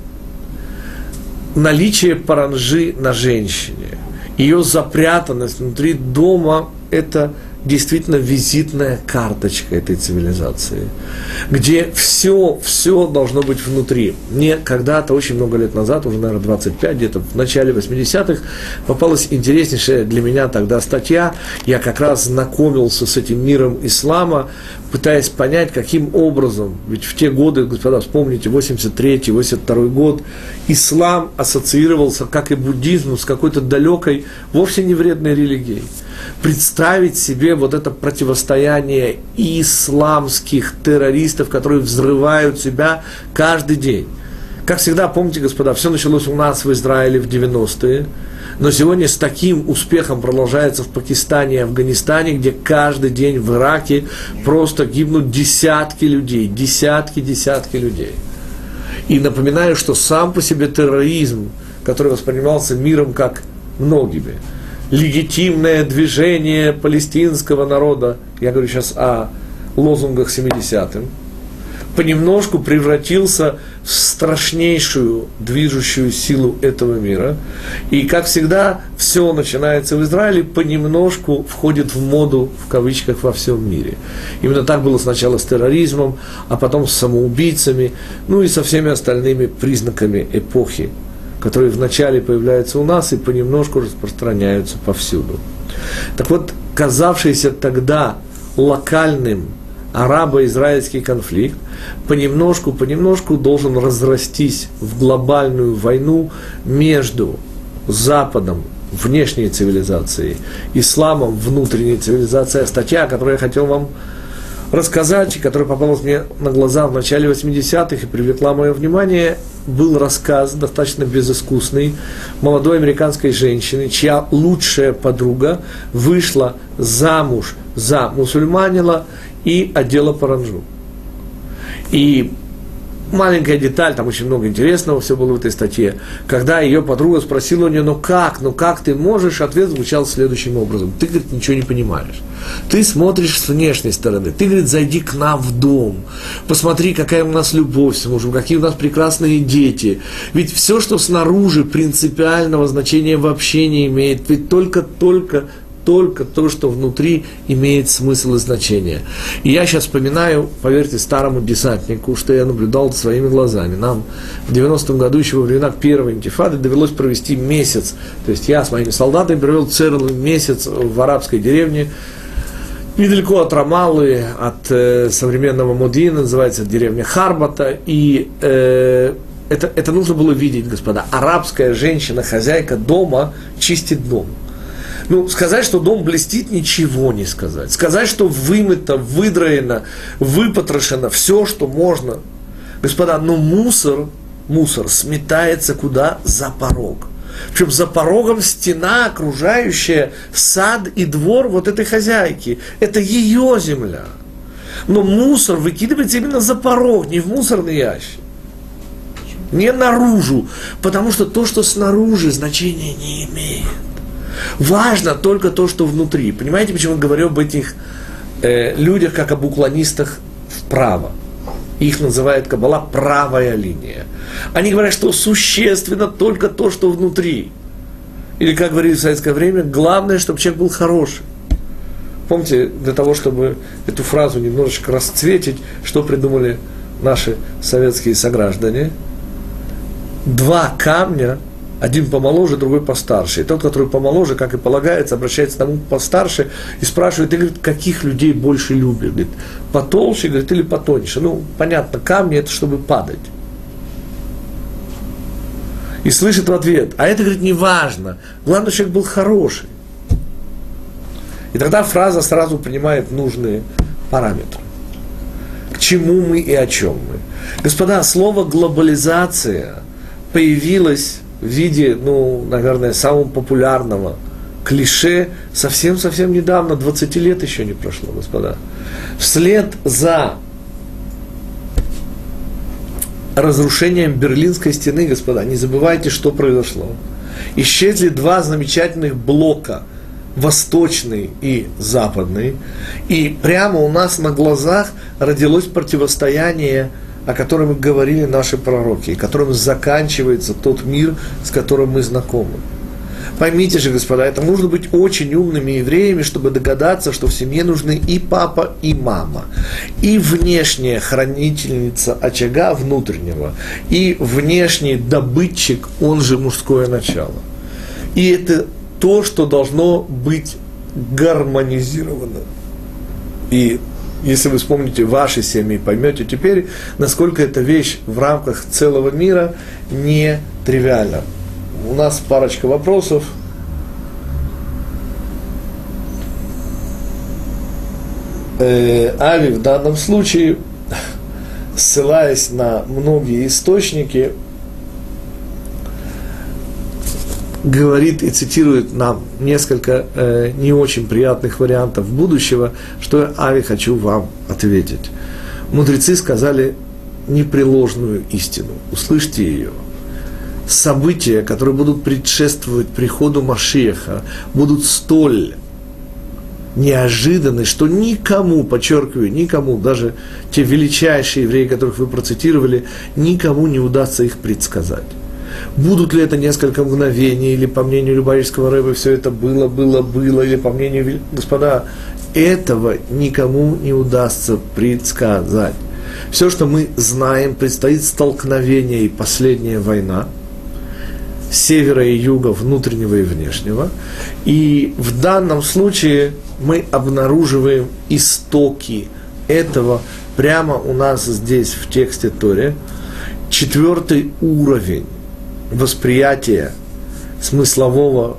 Наличие паранжи на женщине, ее запрятанность внутри дома – это действительно визитная карточка этой цивилизации, где все должно быть внутри. Мне когда-то, очень много лет назад, уже, наверное, 25, где-то в начале 80-х, попалась интереснейшая для меня тогда статья. Я как раз знакомился с этим миром ислама, пытаясь понять, каким образом, ведь в те годы, господа, вспомните, 83-й, 82-й год, ислам ассоциировался, как и буддизм, с какой-то далекой, вовсе не вредной религией. Представить себе вот это противостояние исламских террористов, которые взрывают себя каждый день, Как всегда, помните, господа, все началось у нас в Израиле в 90-е, но сегодня с таким успехом продолжается в Пакистане и Афганистане, где каждый день в Ираке просто гибнут десятки людей, десятки людей. И напоминаю, что сам по себе терроризм, который воспринимался миром как многими, легитимное движение палестинского народа, я говорю сейчас о лозунгах 70-м, понемножку превратился в страшнейшую движущую силу этого мира. И, как всегда, все начинается в Израиле, понемножку входит в моду, в кавычках, во всем мире. Именно так было сначала с терроризмом, а потом с самоубийцами, ну и со всеми остальными признаками эпохи, которые вначале появляются у нас и понемножку распространяются повсюду. Так вот, казавшийся тогда локальным арабо-израильский конфликт понемножку должен разрастись в глобальную войну между Западом, внешней цивилизацией, исламом, внутренней цивилизацией. Статья, которую я хотел вам рассказать, и которая попалась мне на глаза в начале 80-х и привлекла мое внимание, был рассказ, достаточно безыскусный, молодой американской женщины, чья лучшая подруга вышла замуж за мусульманина и одела паранджу. И маленькая деталь, там очень много интересного все было в этой статье. Когда ее подруга спросила у нее, ну как ты можешь, ответ звучал следующим образом: ты, говорит, ничего не понимаешь. Ты смотришь с внешней стороны, ты, говорит, зайди к нам в дом, посмотри, какая у нас любовь с мужем, какие у нас прекрасные дети. Ведь все, что снаружи, принципиального значения вообще не имеет, ведь только то, что внутри, имеет смысл и значение. И я сейчас вспоминаю, поверьте, старому десантнику, что я наблюдал своими глазами. Нам в 90-м году, еще во времена первой интифады, довелось провести месяц. То есть я с моими солдатами провел целый месяц в арабской деревне, недалеко от Рамаллы, от современного Модина, называется деревня Харбата. И это нужно было видеть, господа. Арабская женщина, хозяйка дома, чистит дом. Ну, сказать, что дом блестит, ничего не сказать. Сказать, что вымыто, выдраено, выпотрошено, все, что можно. Господа, но мусор сметается куда? За порог. Причем за порогом стена, окружающая сад и двор вот этой хозяйки. Это ее земля. Но мусор выкидывается именно за порог, не в мусорный ящик. Не наружу. Потому что то, что снаружи, значения не имеет. Важно только то, что внутри. Понимаете, почему я говорю об этих людях, как об уклонистах вправо? Их называет Каббала правая линия. Они говорят, что существенно только то, что внутри. Или, как говорили в советское время, главное, чтобы человек был хороший. Помните, для того, чтобы эту фразу немножечко расцветить, что придумали наши советские сограждане? Два камня, один помоложе, другой постарше. И тот, который помоложе, как и полагается, обращается к тому постарше и спрашивает, и говорит, каких людей больше любит? Говорит, потолще, говорит, или потоньше? Ну, понятно, камни это чтобы падать. И слышит в ответ, а это, говорит, не важно. Главное, человек был хороший. И тогда фраза сразу принимает нужные параметры. К чему мы и о чем мы? Господа, слово глобализация появилось в виде, наверное, самого популярного клише совсем-совсем недавно, 20 лет еще не прошло, господа. Вслед за разрушением Берлинской стены, господа, не забывайте, что произошло. Исчезли два замечательных блока, восточный и западный, и прямо у нас на глазах родилось противостояние, о котором говорили наши пророки, и которым заканчивается тот мир, с которым мы знакомы. Поймите же, господа, это нужно быть очень умными евреями, чтобы догадаться, что в семье нужны и папа, и мама, и внешняя хранительница очага внутреннего, и внешний добытчик, он же мужское начало. И это то, что должно быть гармонизировано. И если вы вспомните ваши семьи, поймете теперь, насколько эта вещь в рамках целого мира не тривиальна. У нас парочка вопросов. Ави в данном случае, ссылаясь на многие источники, говорит и цитирует нам несколько не очень приятных вариантов будущего, что я, Ави, хочу вам ответить. Мудрецы сказали непреложную истину. Услышьте ее. События, которые будут предшествовать приходу Машиаха, будут столь неожиданны, что никому, подчеркиваю, никому, даже те величайшие евреи, которых вы процитировали, никому не удастся их предсказать. Будут ли это несколько мгновений, или по мнению Любавичского рэба все это было, или по мнению, господа, этого никому не удастся предсказать. Все, что мы знаем, предстоит столкновение и последняя война севера и юга, внутреннего и внешнего. И в данном случае мы обнаруживаем истоки этого прямо у нас здесь в тексте Торе. 4 уровень восприятия смыслового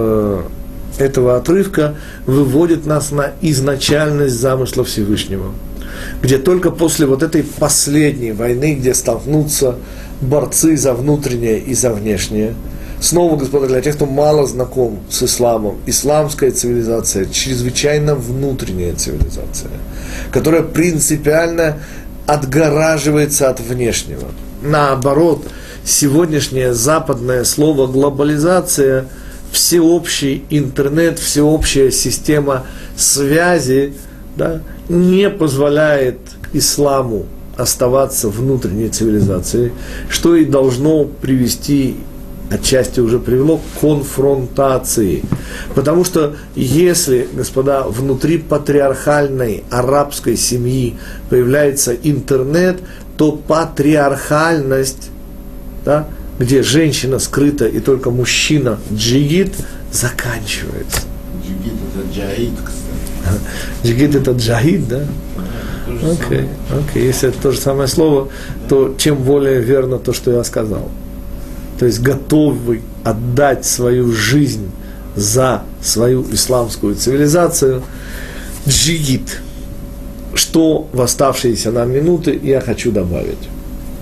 этого отрывка выводит нас на изначальность замысла Всевышнего, где только после вот этой последней войны, где столкнутся борцы за внутреннее и за внешнее, снова, господа, для тех, кто мало знаком с исламом, исламская цивилизация – чрезвычайно внутренняя цивилизация, которая принципиально отгораживается от внешнего. Наоборот, сегодняшнее западное слово «глобализация», всеобщий интернет, всеобщая система связи, да, не позволяет исламу оставаться внутренней цивилизацией, что и должно привести, отчасти уже привело к конфронтации. Потому что если, господа, внутри патриархальной арабской семьи появляется интернет, то патриархальность, да, где женщина скрыта и только мужчина джигит, заканчивается. Джигит – это джаид, кстати. Джигит – это джахид, да? Окей. Если это то же самое слово, то чем более верно то, что я сказал. То есть готовый отдать свою жизнь за свою исламскую цивилизацию, джигит. Что в оставшиеся нам минуты я хочу добавить.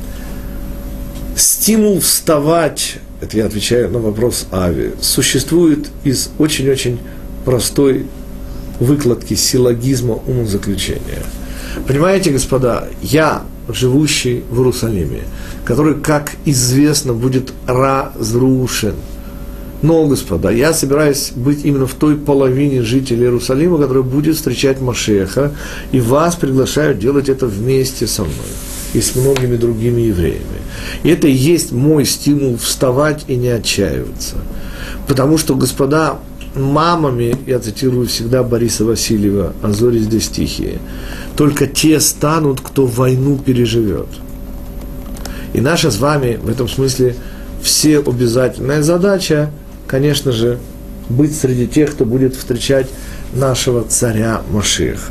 Стимул вставать, это я отвечаю на вопрос Ави, существует из очень-очень простой выкладки силлогизма умозаключения. Понимаете, господа, я, живущий в Иерусалиме, который, как известно, будет разрушен. Но, господа, я собираюсь быть именно в той половине жителей Иерусалима, которая будет встречать Машиаха, и вас приглашаю делать это вместе со мной и с многими другими евреями. И это и есть мой стимул вставать и не отчаиваться. Потому что, господа, мамами, я цитирую всегда Бориса Васильева, «А зори здесь тихие», только те станут, кто войну переживет. И наша с вами, в этом смысле, всеобязательная задача, конечно же, быть среди тех, кто будет встречать нашего царя Машиаха.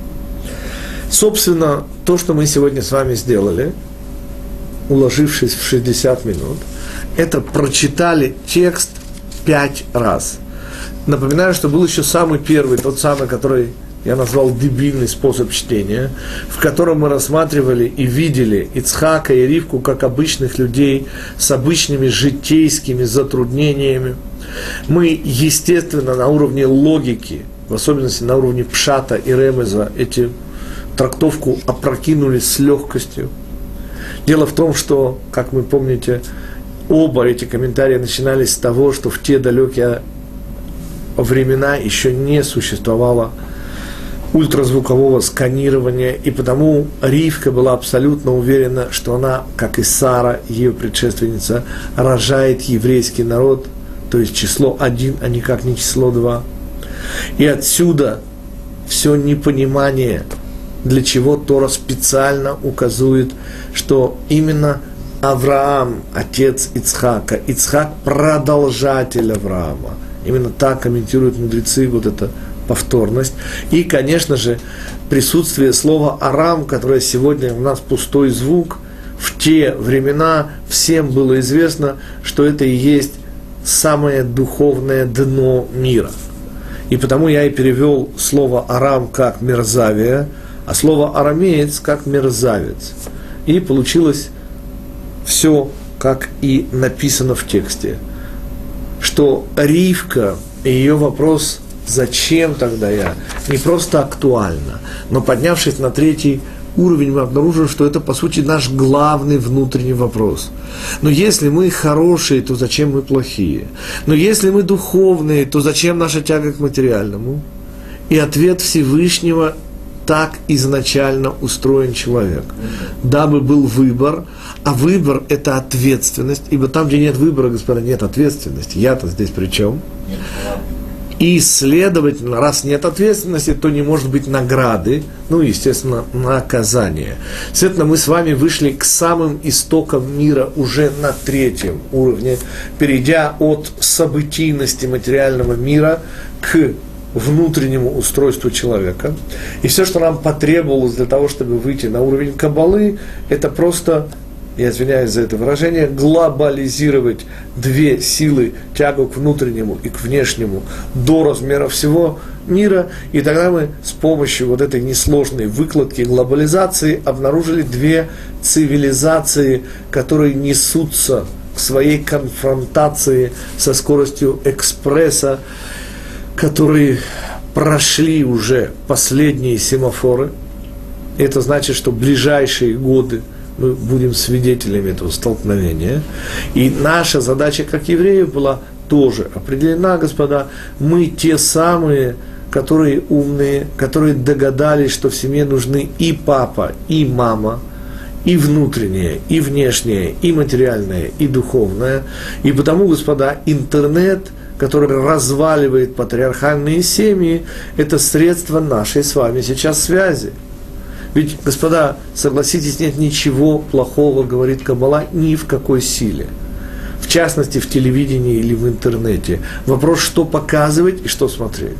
Собственно, то, что мы сегодня с вами сделали, уложившись в 60 минут, это прочитали текст 5 раз. Напоминаю, что был еще самый первый, тот самый, который я назвал дебильный способ чтения, в котором мы рассматривали и видели Ицхака и Ривку как обычных людей с обычными житейскими затруднениями. Мы, естественно, на уровне логики, в особенности на уровне Пшата и Ремеза, эти трактовку опрокинули с легкостью. Дело в том, что, как вы помните, оба эти комментария начинались с того, что в те далекие времена еще не существовало ультразвукового сканирования, и потому Ривка была абсолютно уверена, что она, как и Сара, ее предшественница, рожает еврейский народ, то есть число 1, а никак не число 2. И отсюда все непонимание, для чего Тора специально указывает, что именно Авраам, отец Ицхака, Ицхак – продолжатель Авраама. Именно так комментируют мудрецы вот это повторность. И, конечно же, присутствие слова «арам», которое сегодня у нас пустой звук, в те времена всем было известно, что это и есть самое духовное дно мира. И потому я и перевел слово «арам» как «мерзавие», а слово «арамеец» как «мерзавец». И получилось все, как и написано в тексте. что Ривка и ее вопрос «Зачем тогда я?» не просто актуально, но поднявшись на 3-й уровень, мы обнаружим, что это, по сути, наш главный внутренний вопрос. Но если мы хорошие, то зачем мы плохие? Но если мы духовные, то зачем наша тяга к материальному? И ответ Всевышнего: так изначально устроен человек, дабы был выбор, а выбор – это ответственность, ибо там, где нет выбора, господа, нет ответственности. Я-то здесь при чем? И, следовательно, раз нет ответственности, то не может быть награды, ну, естественно, наказания. Следовательно, мы с вами вышли к самым истокам мира уже на 3-м уровне, перейдя от событийности материального мира к внутреннему устройству человека. И все, что нам потребовалось для того, чтобы выйти на уровень Каббалы, это просто, я извиняюсь за это выражение, глобализировать 2 силы, тягу к внутреннему и к внешнему, до размера всего мира. И тогда мы с помощью вот этой несложной выкладки глобализации обнаружили 2 цивилизации, которые несутся к своей конфронтации со скоростью экспресса, которые прошли уже последние семафоры. Это значит, что в ближайшие годы мы будем свидетелями этого столкновения. И наша задача, как евреев, была тоже определена, господа. Мы те самые, которые умные, которые догадались, что в семье нужны и папа, и мама, и внутреннее, и внешнее, и материальное, и духовное. И потому, господа, интернет, который разваливает патриархальные семьи, это средство нашей с вами сейчас связи. Ведь, господа, согласитесь, нет ничего плохого, говорит Каббала, ни в какой силе. В частности, в телевидении или в интернете. Вопрос, что показывать и что смотреть.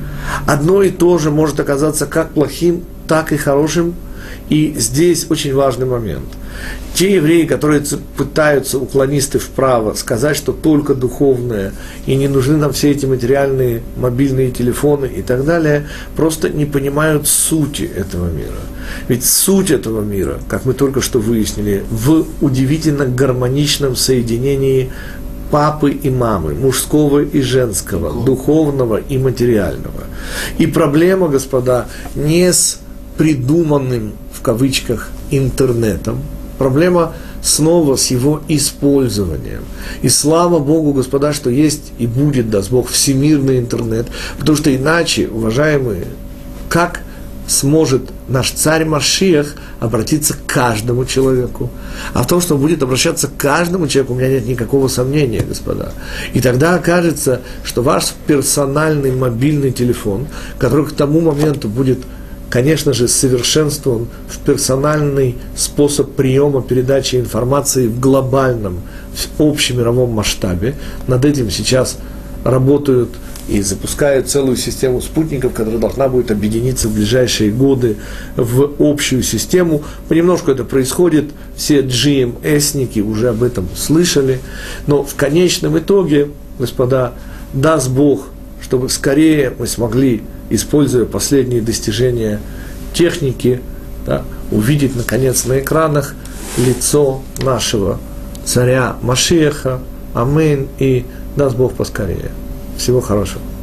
Одно и то же может оказаться как плохим, так и хорошим. И здесь очень важный момент. Те евреи, которые пытаются, уклонисты вправо, сказать, что только духовное, и не нужны нам все эти материальные мобильные телефоны и так далее, просто не понимают сути этого мира. Ведь суть этого мира, как мы только что выяснили, в удивительно гармоничном соединении папы и мамы, мужского и женского, духовного и материального. И проблема, господа, не с придуманным, в кавычках, интернетом. Проблема снова с его использованием. И слава Богу, господа, что есть и будет, даст Бог, всемирный интернет. Потому что иначе, уважаемые, как сможет наш царь Машиах обратиться к каждому человеку? А в том, что он будет обращаться к каждому человеку, у меня нет никакого сомнения, господа. И тогда окажется, что ваш персональный мобильный телефон, который к тому моменту будет, конечно же, совершенствован в персональный способ приема, передачи информации в глобальном, в общемировом масштабе. Над этим сейчас работают и запускают целую систему спутников, которая должна будет объединиться в ближайшие годы в общую систему. Понемножку это происходит, все GMS-ники уже об этом слышали, но в конечном итоге, господа, даст Бог, чтобы скорее мы смогли, используя последние достижения техники, да, увидеть, наконец, на экранах лицо нашего царя Машиаха. Аминь. И даст Бог поскорее. Всего хорошего.